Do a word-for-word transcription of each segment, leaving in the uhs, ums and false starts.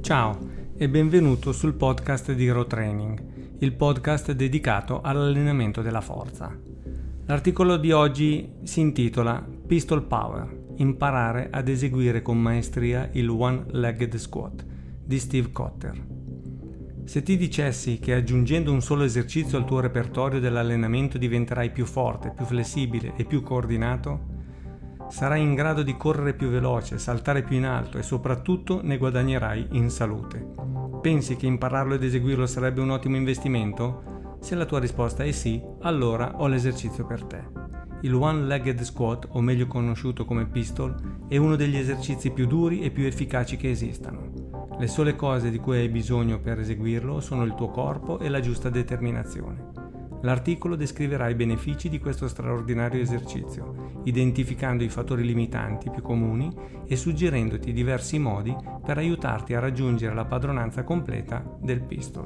Ciao e benvenuto sul podcast di Raw Training, il podcast dedicato all'allenamento della forza. L'articolo di oggi si intitola Pistol Power, imparare ad eseguire con maestria il One-Legged Squat di Steve Cotter. Se ti dicessi che aggiungendo un solo esercizio al tuo repertorio dell'allenamento diventerai più forte, più flessibile e più coordinato, sarai in grado di correre più veloce, saltare più in alto e soprattutto ne guadagnerai in salute. Pensi che impararlo ed eseguirlo sarebbe un ottimo investimento? Se la tua risposta è sì, allora ho l'esercizio per te. Il One-Legged Squat, o meglio conosciuto come pistol, è uno degli esercizi più duri e più efficaci che esistano. Le sole cose di cui hai bisogno per eseguirlo sono il tuo corpo e la giusta determinazione. L'articolo descriverà i benefici di questo straordinario esercizio, identificando i fattori limitanti più comuni e suggerendoti diversi modi per aiutarti a raggiungere la padronanza completa del pistol.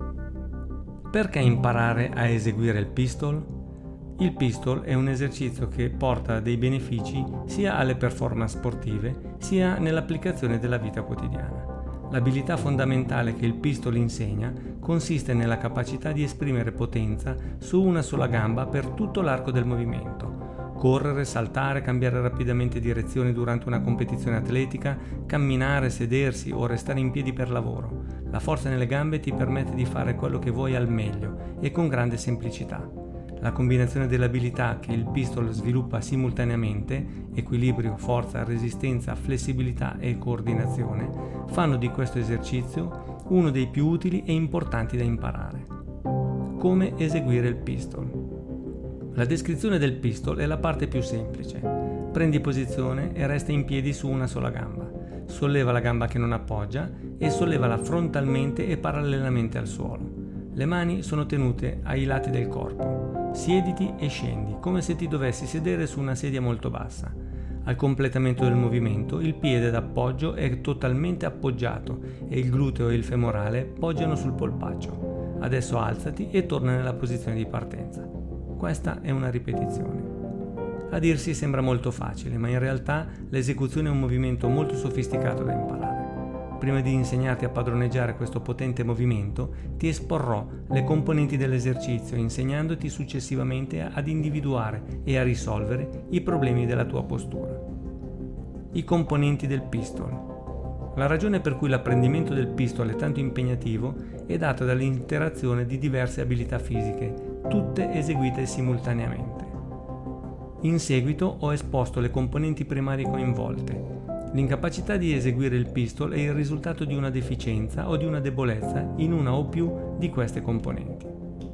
Perché imparare a eseguire il pistol? Il pistol è un esercizio che porta dei benefici sia alle performance sportive sia nell'applicazione della vita quotidiana. L'abilità fondamentale che il pistol insegna consiste nella capacità di esprimere potenza su una sola gamba per tutto l'arco del movimento. Correre, saltare, cambiare rapidamente direzione durante una competizione atletica, camminare, sedersi o restare in piedi per lavoro. La forza nelle gambe ti permette di fare quello che vuoi al meglio e con grande semplicità. La combinazione delle abilità che il pistol sviluppa simultaneamente, equilibrio, forza, resistenza, flessibilità e coordinazione, fanno di questo esercizio uno dei più utili e importanti da imparare. Come eseguire il pistol? La descrizione del pistol è la parte più semplice. Prendi posizione e resta in piedi su una sola gamba. Solleva la gamba che non appoggia e sollevala frontalmente e parallelamente al suolo. Le mani sono tenute ai lati del corpo. Siediti e scendi, come se ti dovessi sedere su una sedia molto bassa. Al completamento del movimento, il piede d'appoggio è totalmente appoggiato e il gluteo e il femorale poggiano sul polpaccio. Adesso alzati e torna nella posizione di partenza. Questa è una ripetizione. A dirsi sembra molto facile, ma in realtà l'esecuzione è un movimento molto sofisticato da imparare. Prima di insegnarti a padroneggiare questo potente movimento, ti esporrò le componenti dell'esercizio, insegnandoti successivamente ad individuare e a risolvere i problemi della tua postura. I componenti del pistol. La ragione per cui l'apprendimento del pistol è tanto impegnativo è data dall'interazione di diverse abilità fisiche, tutte eseguite simultaneamente. In seguito ho esposto le componenti primarie coinvolte. L'incapacità di eseguire il pistol è il risultato di una deficienza o di una debolezza in una o più di queste componenti.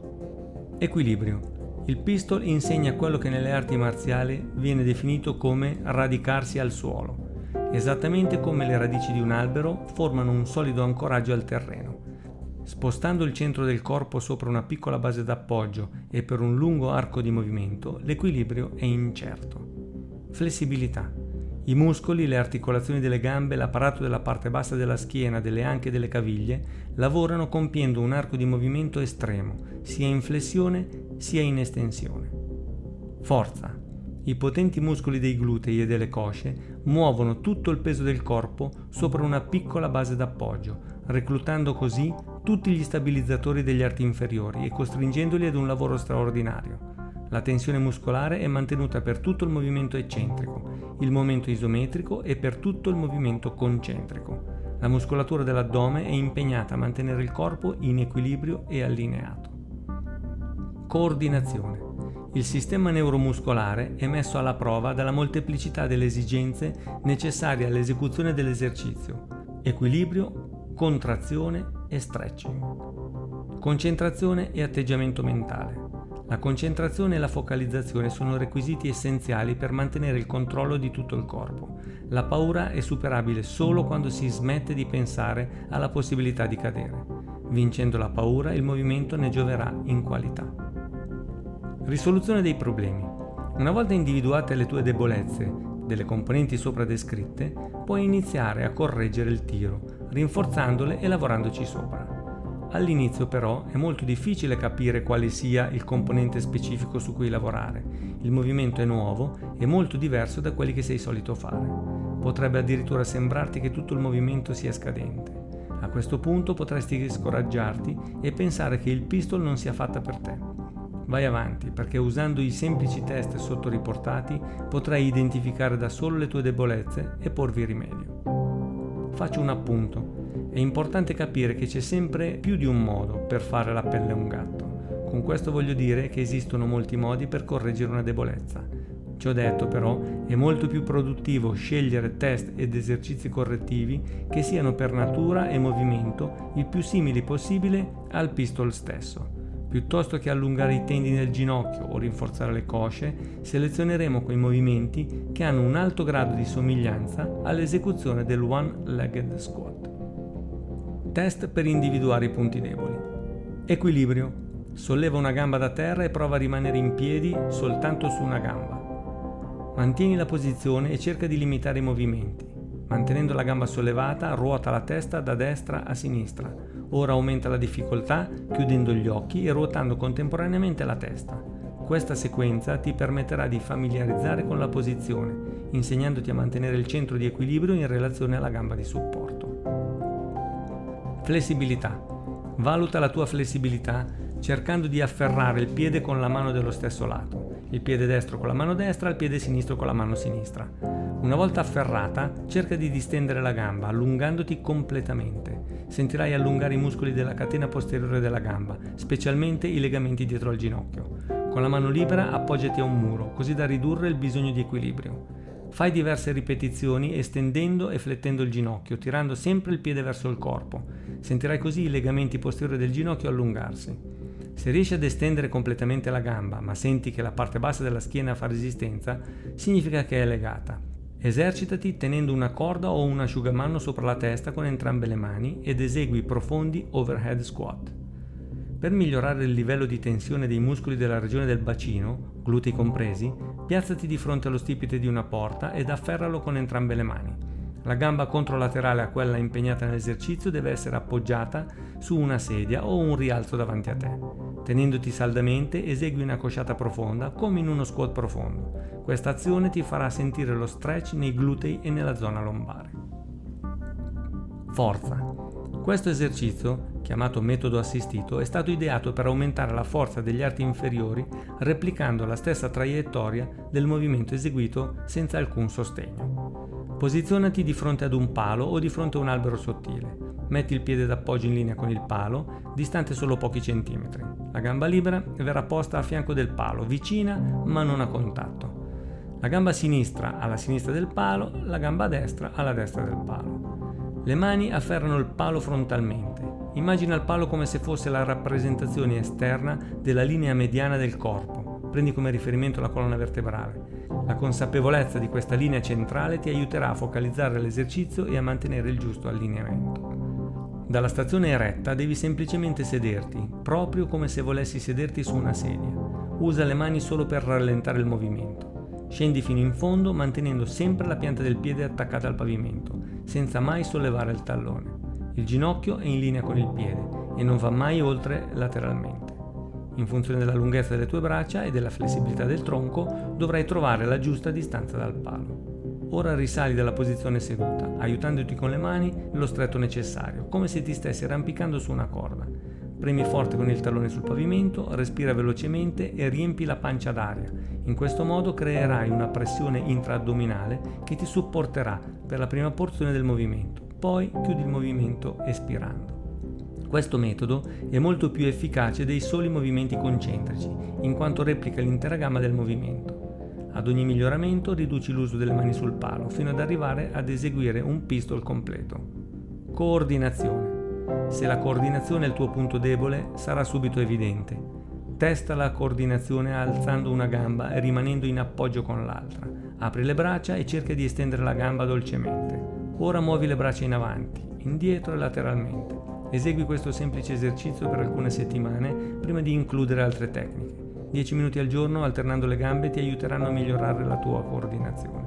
Equilibrio. Il pistol insegna quello che nelle arti marziali viene definito come radicarsi al suolo, esattamente come le radici di un albero formano un solido ancoraggio al terreno. Spostando il centro del corpo sopra una piccola base d'appoggio e per un lungo arco di movimento, l'equilibrio è incerto. Flessibilità. I muscoli, le articolazioni delle gambe, l'apparato della parte bassa della schiena, delle anche e delle caviglie lavorano compiendo un arco di movimento estremo, sia in flessione sia in estensione. Forza. I potenti muscoli dei glutei e delle cosce muovono tutto il peso del corpo sopra una piccola base d'appoggio, reclutando così tutti gli stabilizzatori degli arti inferiori e costringendoli ad un lavoro straordinario. La tensione muscolare è mantenuta per tutto il movimento eccentrico, il momento isometrico e per tutto il movimento concentrico. La muscolatura dell'addome è impegnata a mantenere il corpo in equilibrio e allineato. Coordinazione. Il sistema neuromuscolare è messo alla prova dalla molteplicità delle esigenze necessarie all'esecuzione dell'esercizio: equilibrio, contrazione e stretching. Concentrazione e atteggiamento mentale. La concentrazione e la focalizzazione sono requisiti essenziali per mantenere il controllo di tutto il corpo. La paura è superabile solo quando si smette di pensare alla possibilità di cadere. Vincendo la paura, il movimento ne gioverà in qualità. Risoluzione dei problemi. Una volta individuate le tue debolezze delle componenti sopra descritte, puoi iniziare a correggere il tiro, rinforzandole e lavorandoci sopra. All'inizio però è molto difficile capire quale sia il componente specifico su cui lavorare. Il movimento è nuovo e molto diverso da quelli che sei solito fare. Potrebbe addirittura sembrarti che tutto il movimento sia scadente. A questo punto potresti scoraggiarti e pensare che il pistol non sia fatta per te. Vai avanti, perché usando i semplici test sotto riportati potrai identificare da solo le tue debolezze e porvi rimedio. Faccio un appunto. È importante capire che c'è sempre più di un modo per fare la pelle a un gatto. Con questo voglio dire che esistono molti modi per correggere una debolezza. Ciò detto, però, è molto più produttivo scegliere test ed esercizi correttivi che siano per natura e movimento il più simili possibile al pistol stesso. Piuttosto che allungare i tendini del ginocchio o rinforzare le cosce, selezioneremo quei movimenti che hanno un alto grado di somiglianza all'esecuzione del one-legged squat. Test per individuare i punti deboli. Equilibrio. Solleva una gamba da terra e prova a rimanere in piedi soltanto su una gamba. Mantieni la posizione e cerca di limitare i movimenti. Mantenendo la gamba sollevata, ruota la testa da destra a sinistra. Ora aumenta la difficoltà chiudendo gli occhi e ruotando contemporaneamente la testa. Questa sequenza ti permetterà di familiarizzare con la posizione, insegnandoti a mantenere il centro di equilibrio in relazione alla gamba di supporto. Flessibilità. Valuta la tua flessibilità cercando di afferrare il piede con la mano dello stesso lato, il piede destro con la mano destra e il piede sinistro con la mano sinistra. Una volta afferrata, cerca di distendere la gamba, allungandoti completamente. Sentirai allungare i muscoli della catena posteriore della gamba, specialmente i legamenti dietro al ginocchio. Con la mano libera appoggiati a un muro, così da ridurre il bisogno di equilibrio. Fai diverse ripetizioni estendendo e flettendo il ginocchio, tirando sempre il piede verso il corpo. Sentirai così i legamenti posteriori del ginocchio allungarsi. Se riesci ad estendere completamente la gamba, ma senti che la parte bassa della schiena fa resistenza, significa che è legata. Esercitati tenendo una corda o un asciugamano sopra la testa con entrambe le mani ed esegui profondi overhead squat. Per migliorare il livello di tensione dei muscoli della regione del bacino, glutei compresi, piazzati di fronte allo stipite di una porta ed afferralo con entrambe le mani. La gamba controlaterale a quella impegnata nell'esercizio deve essere appoggiata su una sedia o un rialzo davanti a te. Tenendoti saldamente, esegui una cosciata profonda come in uno squat profondo. Questa azione ti farà sentire lo stretch nei glutei e nella zona lombare. Forza. Questo esercizio, chiamato metodo assistito, è stato ideato per aumentare la forza degli arti inferiori replicando la stessa traiettoria del movimento eseguito senza alcun sostegno. Posizionati di fronte ad un palo o di fronte a un albero sottile. Metti il piede d'appoggio in linea con il palo, distante solo pochi centimetri. La gamba libera verrà posta a fianco del palo, vicina ma non a contatto. La gamba sinistra alla sinistra del palo, la gamba destra alla destra del palo. Le mani afferrano il palo frontalmente. Immagina il palo come se fosse la rappresentazione esterna della linea mediana del corpo. Prendi come riferimento la colonna vertebrale. La consapevolezza di questa linea centrale ti aiuterà a focalizzare l'esercizio e a mantenere il giusto allineamento. Dalla stazione eretta devi semplicemente sederti, proprio come se volessi sederti su una sedia. Usa le mani solo per rallentare il movimento. Scendi fino in fondo mantenendo sempre la pianta del piede attaccata al pavimento, senza mai sollevare il tallone. Il ginocchio è in linea con il piede e non va mai oltre lateralmente. In funzione della lunghezza delle tue braccia e della flessibilità del tronco, dovrai trovare la giusta distanza dal palo. Ora risali dalla posizione seduta, aiutandoti con le mani lo stretto necessario, come se ti stessi arrampicando su una corda. Premi forte con il tallone sul pavimento, respira velocemente e riempi la pancia d'aria. In questo modo creerai una pressione intraaddominale che ti supporterà per la prima porzione del movimento. Poi chiudi il movimento espirando. Questo metodo è molto più efficace dei soli movimenti concentrici, in quanto replica l'intera gamma del movimento. Ad ogni miglioramento riduci l'uso delle mani sul palo, fino ad arrivare ad eseguire un pistol completo. Coordinazione. Se la coordinazione è il tuo punto debole, sarà subito evidente. Testa la coordinazione alzando una gamba e rimanendo in appoggio con l'altra. Apri le braccia e cerca di estendere la gamba dolcemente. Ora muovi le braccia in avanti, indietro e lateralmente. Esegui questo semplice esercizio per alcune settimane prima di includere altre tecniche. dieci minuti al giorno alternando le gambe ti aiuteranno a migliorare la tua coordinazione.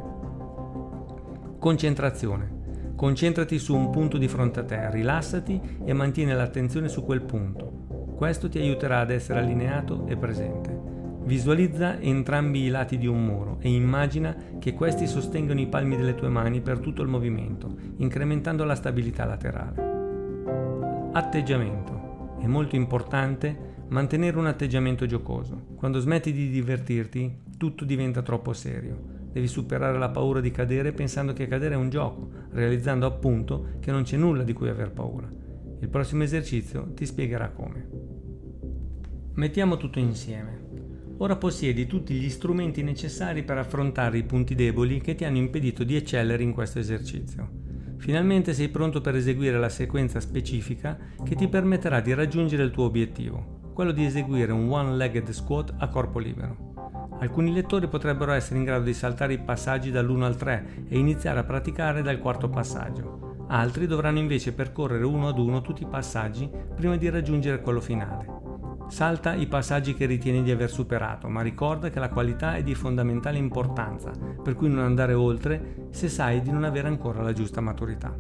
Concentrazione. Concentrati su un punto di fronte a te, rilassati e mantieni l'attenzione su quel punto. Questo ti aiuterà ad essere allineato e presente. Visualizza entrambi i lati di un muro e immagina che questi sostengano i palmi delle tue mani per tutto il movimento, incrementando la stabilità laterale. Atteggiamento. È molto importante mantenere un atteggiamento giocoso. Quando smetti di divertirti, tutto diventa troppo serio. Devi superare la paura di cadere pensando che cadere è un gioco, realizzando appunto che non c'è nulla di cui aver paura. Il prossimo esercizio ti spiegherà come. Mettiamo tutto insieme. Ora possiedi tutti gli strumenti necessari per affrontare i punti deboli che ti hanno impedito di eccellere in questo esercizio. Finalmente sei pronto per eseguire la sequenza specifica che ti permetterà di raggiungere il tuo obiettivo, quello di eseguire un one-legged squat a corpo libero. Alcuni lettori potrebbero essere in grado di saltare i passaggi dall'uno al tre e iniziare a praticare dal quarto passaggio. Altri dovranno invece percorrere uno ad uno tutti i passaggi prima di raggiungere quello finale. Salta i passaggi che ritieni di aver superato, ma ricorda che la qualità è di fondamentale importanza, per cui non andare oltre se sai di non avere ancora la giusta maturità.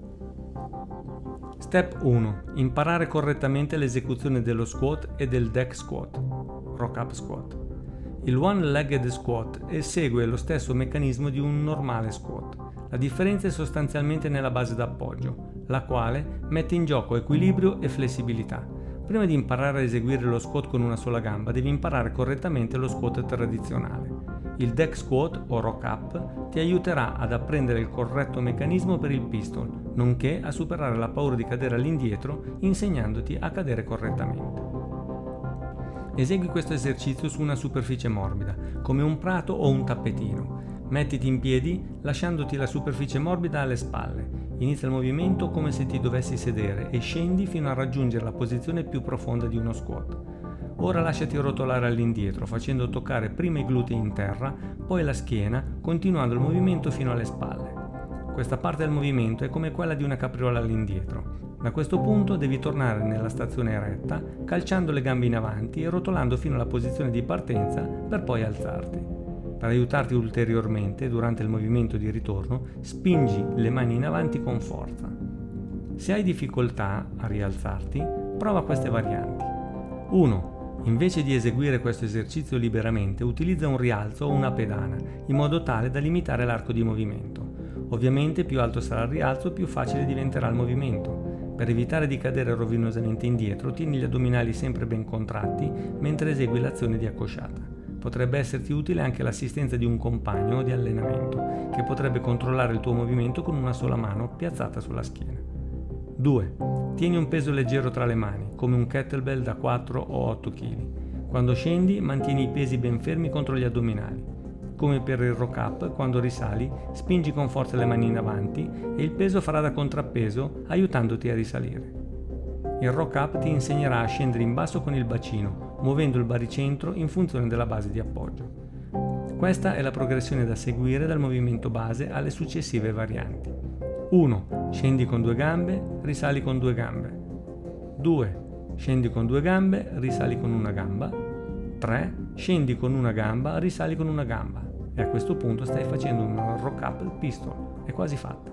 Step uno. Imparare correttamente l'esecuzione dello squat e del deck squat, rock up squat. Il one-legged squat esegue lo stesso meccanismo di un normale squat. La differenza è sostanzialmente nella base d'appoggio, la quale mette in gioco equilibrio e flessibilità. Prima di imparare a eseguire lo squat con una sola gamba, devi imparare correttamente lo squat tradizionale. Il deck squat o rock up ti aiuterà ad apprendere il corretto meccanismo per il pistol, nonché a superare la paura di cadere all'indietro insegnandoti a cadere correttamente. Esegui questo esercizio su una superficie morbida, come un prato o un tappetino. Mettiti in piedi lasciandoti la superficie morbida alle spalle. Inizia il movimento come se ti dovessi sedere e scendi fino a raggiungere la posizione più profonda di uno squat. Ora lasciati rotolare all'indietro, facendo toccare prima i glutei in terra, poi la schiena, continuando il movimento fino alle spalle. Questa parte del movimento è come quella di una capriola all'indietro. Da questo punto devi tornare nella stazione eretta, calciando le gambe in avanti e rotolando fino alla posizione di partenza per poi alzarti. Per aiutarti ulteriormente durante il movimento di ritorno, spingi le mani in avanti con forza. Se hai difficoltà a rialzarti, prova queste varianti. uno. Invece di eseguire questo esercizio liberamente, utilizza un rialzo o una pedana, in modo tale da limitare l'arco di movimento. Ovviamente più alto sarà il rialzo, più facile diventerà il movimento. Per evitare di cadere rovinosamente indietro, tieni gli addominali sempre ben contratti mentre esegui l'azione di accosciata. Potrebbe esserti utile anche l'assistenza di un compagno di allenamento, che potrebbe controllare il tuo movimento con una sola mano piazzata sulla schiena. due. Tieni un peso leggero tra le mani, come un kettlebell da quattro o otto chili. Quando scendi, mantieni i pesi ben fermi contro gli addominali. Come per il rock up, quando risali, spingi con forza le mani in avanti e il peso farà da contrappeso, aiutandoti a risalire. Il rock up ti insegnerà a scendere in basso con il bacino, muovendo il baricentro in funzione della base di appoggio. Questa è la progressione da seguire dal movimento base alle successive varianti. uno. Scendi con due gambe, risali con due gambe. due. Scendi con due gambe, risali con una gamba. tre. Scendi con una gamba, risali con una gamba. E a questo punto stai facendo un rock up pistol. È quasi fatta.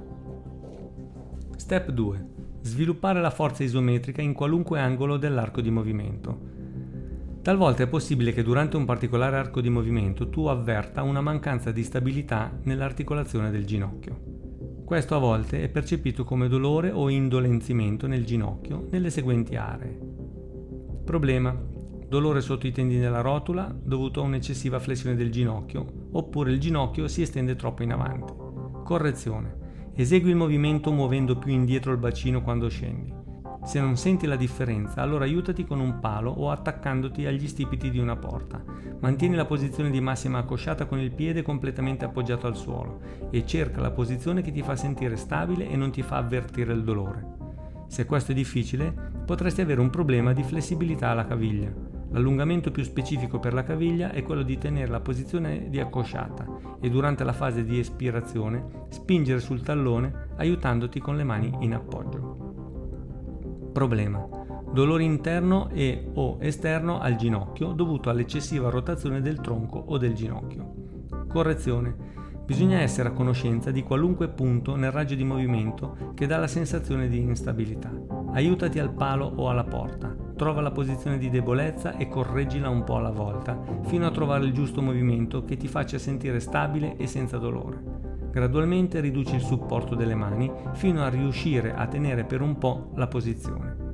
Step due. Sviluppare la forza isometrica in qualunque angolo dell'arco di movimento. Talvolta è possibile che durante un particolare arco di movimento tu avverta una mancanza di stabilità nell'articolazione del ginocchio. Questo a volte è percepito come dolore o indolenzimento nel ginocchio nelle seguenti aree. Problema: dolore sotto i tendini della rotula dovuto a un'eccessiva flessione del ginocchio, oppure il ginocchio si estende troppo in avanti. Correzione: esegui il movimento muovendo più indietro il bacino quando scendi. Se non senti la differenza, allora aiutati con un palo o attaccandoti agli stipiti di una porta. Mantieni la posizione di massima accosciata con il piede completamente appoggiato al suolo e cerca la posizione che ti fa sentire stabile e non ti fa avvertire il dolore. Se questo è difficile, potresti avere un problema di flessibilità alla caviglia. L'allungamento più specifico per la caviglia è quello di tenere la posizione di accosciata e durante la fase di espirazione spingere sul tallone aiutandoti con le mani in appoggio. Problema: dolore interno e o esterno al ginocchio dovuto all'eccessiva rotazione del tronco o del ginocchio. Correzione: bisogna essere a conoscenza di qualunque punto nel raggio di movimento che dà la sensazione di instabilità. Aiutati al palo o alla porta, trova la posizione di debolezza e correggila un po' alla volta fino a trovare il giusto movimento che ti faccia sentire stabile e senza dolore. Gradualmente riduci il supporto delle mani fino a riuscire a tenere per un po' la posizione.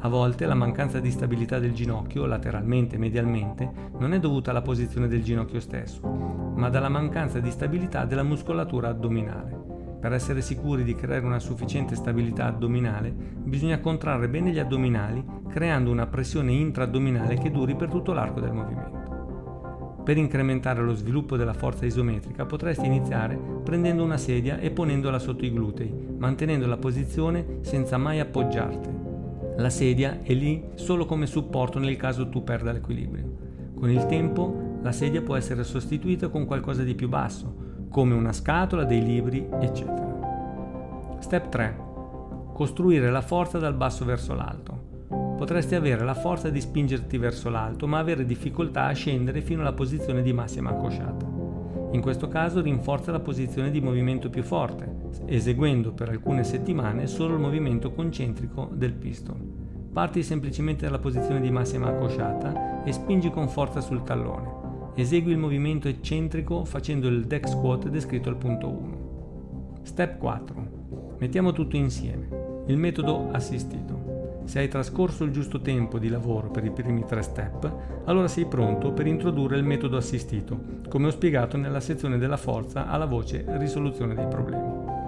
A volte la mancanza di stabilità del ginocchio, lateralmente e medialmente, non è dovuta alla posizione del ginocchio stesso, ma dalla mancanza di stabilità della muscolatura addominale. Per essere sicuri di creare una sufficiente stabilità addominale, bisogna contrarre bene gli addominali, creando una pressione intra-addominale che duri per tutto l'arco del movimento. Per incrementare lo sviluppo della forza isometrica potresti iniziare prendendo una sedia e ponendola sotto i glutei, mantenendo la posizione senza mai appoggiarti. La sedia è lì solo come supporto nel caso tu perda l'equilibrio. Con il tempo la sedia può essere sostituita con qualcosa di più basso, come una scatola, dei libri, eccetera. Step tre. Costruire la forza dal basso verso l'alto. Potresti avere la forza di spingerti verso l'alto, ma avere difficoltà a scendere fino alla posizione di massima accosciata. In questo caso rinforza la posizione di movimento più forte, eseguendo per alcune settimane solo il movimento concentrico del pistol. Parti semplicemente dalla posizione di massima accosciata e spingi con forza sul tallone. Esegui il movimento eccentrico facendo il deck squat descritto al punto uno. Step quattro. Mettiamo tutto insieme. Il metodo assistito. Se hai trascorso il giusto tempo di lavoro per i primi tre step, allora sei pronto per introdurre il metodo assistito, come ho spiegato nella sezione della forza alla voce risoluzione dei problemi.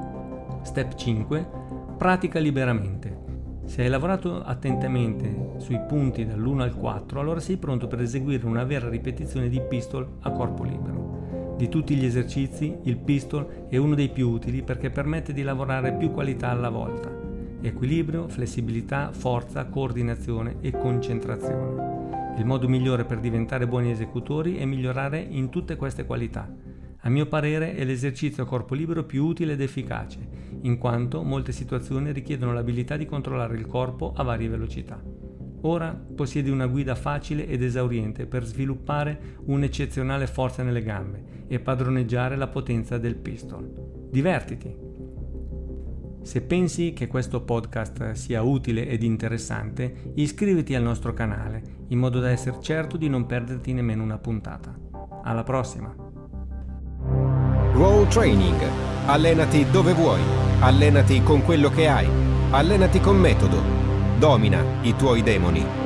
Step cinque. Pratica liberamente. Se hai lavorato attentamente sui punti dall'uno al quattro, allora sei pronto per eseguire una vera ripetizione di pistol a corpo libero. Di tutti gli esercizi, il pistol è uno dei più utili perché permette di lavorare più qualità alla volta. Equilibrio, flessibilità, forza, coordinazione e concentrazione. Il modo migliore per diventare buoni esecutori è migliorare in tutte queste qualità. A mio parere è l'esercizio a corpo libero più utile ed efficace, in quanto molte situazioni richiedono l'abilità di controllare il corpo a varie velocità. Ora possiedi una guida facile ed esauriente per sviluppare un'eccezionale forza nelle gambe e padroneggiare la potenza del pistol. Divertiti! Se pensi che questo podcast sia utile ed interessante, iscriviti al nostro canale, in modo da essere certo di non perderti nemmeno una puntata. Alla prossima! Roll Training. Allenati dove vuoi. Allenati con quello che hai. Allenati con metodo. Domina i tuoi demoni.